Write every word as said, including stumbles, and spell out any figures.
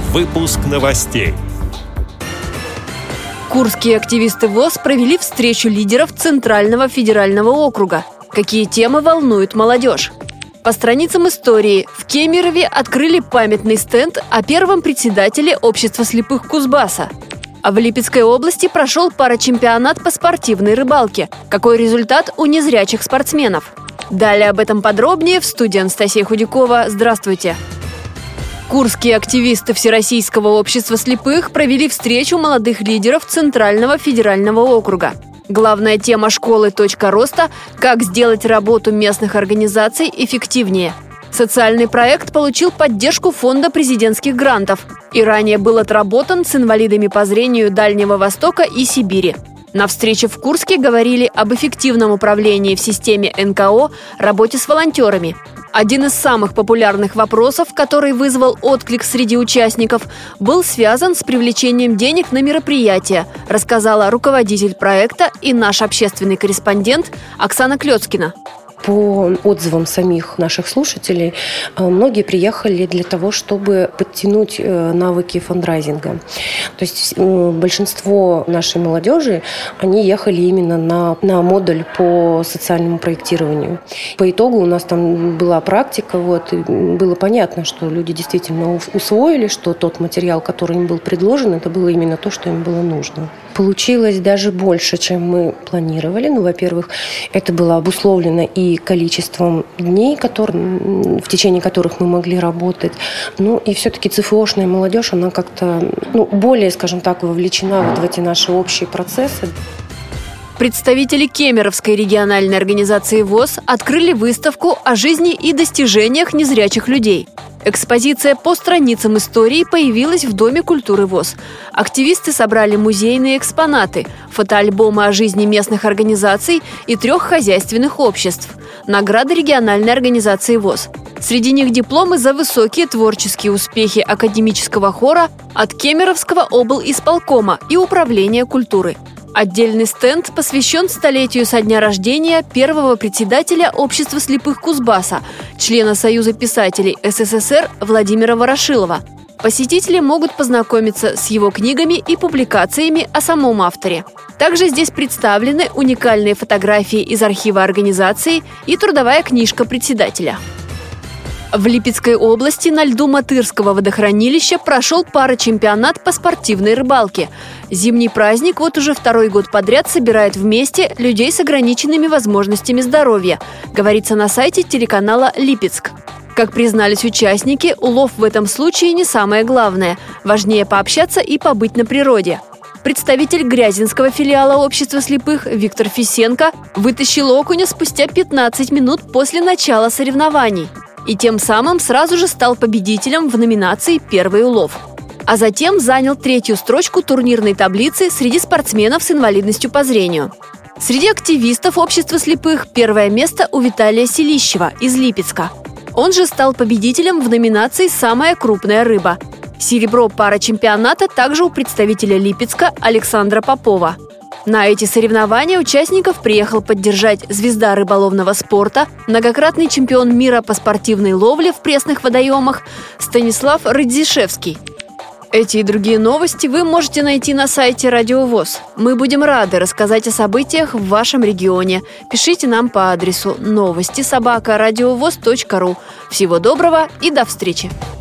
Выпуск новостей. Курские активисты ВОС провели встречу лидеров Центрального федерального округа. Какие темы волнуют молодежь? По страницам истории в Кемерове открыли памятный стенд о первом председателе Общества слепых Кузбасса. А в Липецкой области прошел парачемпионат по спортивной рыбалке. Какой результат у незрячих спортсменов? Далее об этом подробнее в студии Анастасия Худякова. Здравствуйте! Курские активисты Всероссийского общества слепых провели встречу молодых лидеров Центрального федерального округа. Главная тема школы «Точка роста» – как сделать работу местных организаций эффективнее. Социальный проект получил поддержку Фонда президентских грантов и ранее был отработан с инвалидами по зрению Дальнего Востока и Сибири. На встрече в Курске говорили об эффективном управлении в системе эн ка о, работе с волонтерами. Один из самых популярных вопросов, который вызвал отклик среди участников, был связан с привлечением денег на мероприятия, рассказала руководитель проекта и наш общественный корреспондент Оксана Клёцкина. По отзывам самих наших слушателей, многие приехали для того, чтобы подтянуть навыки фандрайзинга. То есть большинство нашей молодежи, они ехали именно на, на модуль по социальному проектированию. По итогу у нас там была практика, вот, и было понятно, что люди действительно усвоили, что тот материал, который им был предложен, это было именно то, что им было нужно. Получилось даже больше, чем мы планировали. Ну, во-первых, это было обусловлено и количеством дней, которые, в течение которых мы могли работать. Ну, и все-таки ЦФОшная молодежь, она как-то ну, более, скажем так, вовлечена вот в эти наши общие процессы. Представители Кемеровской региональной организации ВОС открыли выставку о жизни и достижениях незрячих людей. Экспозиция по страницам истории появилась в Доме культуры ВОС. Активисты собрали музейные экспонаты, фотоальбомы о жизни местных организаций и трех хозяйственных обществ, награды региональной организации ВОС. Среди них дипломы за высокие творческие успехи академического хора от Кемеровского облисполкома и Управления культуры. Отдельный стенд посвящен столетию со дня рождения первого председателя Общества слепых Кузбасса, члена Союза писателей эс эс эс эр Владимира Ворошилова. Посетители могут познакомиться с его книгами и публикациями о самом авторе. Также здесь представлены уникальные фотографии из архива организации и трудовая книжка председателя. В Липецкой области на льду Матырского водохранилища прошел парачемпионат по спортивной рыбалке. Зимний праздник вот уже второй год подряд собирает вместе людей с ограниченными возможностями здоровья, говорится на сайте телеканала «Липецк». Как признались участники, улов в этом случае не самое главное. Важнее пообщаться и побыть на природе. Представитель Грязинского филиала общества слепых Виктор Фисенко вытащил окуня спустя пятнадцать минут после начала соревнований. И тем самым сразу же стал победителем в номинации «Первый улов». А затем занял третью строчку турнирной таблицы среди спортсменов с инвалидностью по зрению. Среди активистов общества слепых первое место у Виталия Селищева из Липецка. Он же стал победителем в номинации «Самая крупная рыба». Серебро парачемпионата также у представителя Липецка Александра Попова. На эти соревнования участников приехал поддержать звезда рыболовного спорта, многократный чемпион мира по спортивной ловле в пресных водоемах Станислав Рыдзишевский. Эти и другие новости вы можете найти на сайте Радио ВОС. Мы будем рады рассказать о событиях в вашем регионе. Пишите нам по адресу новости собака радиовос точка ру. Всего доброго и до встречи!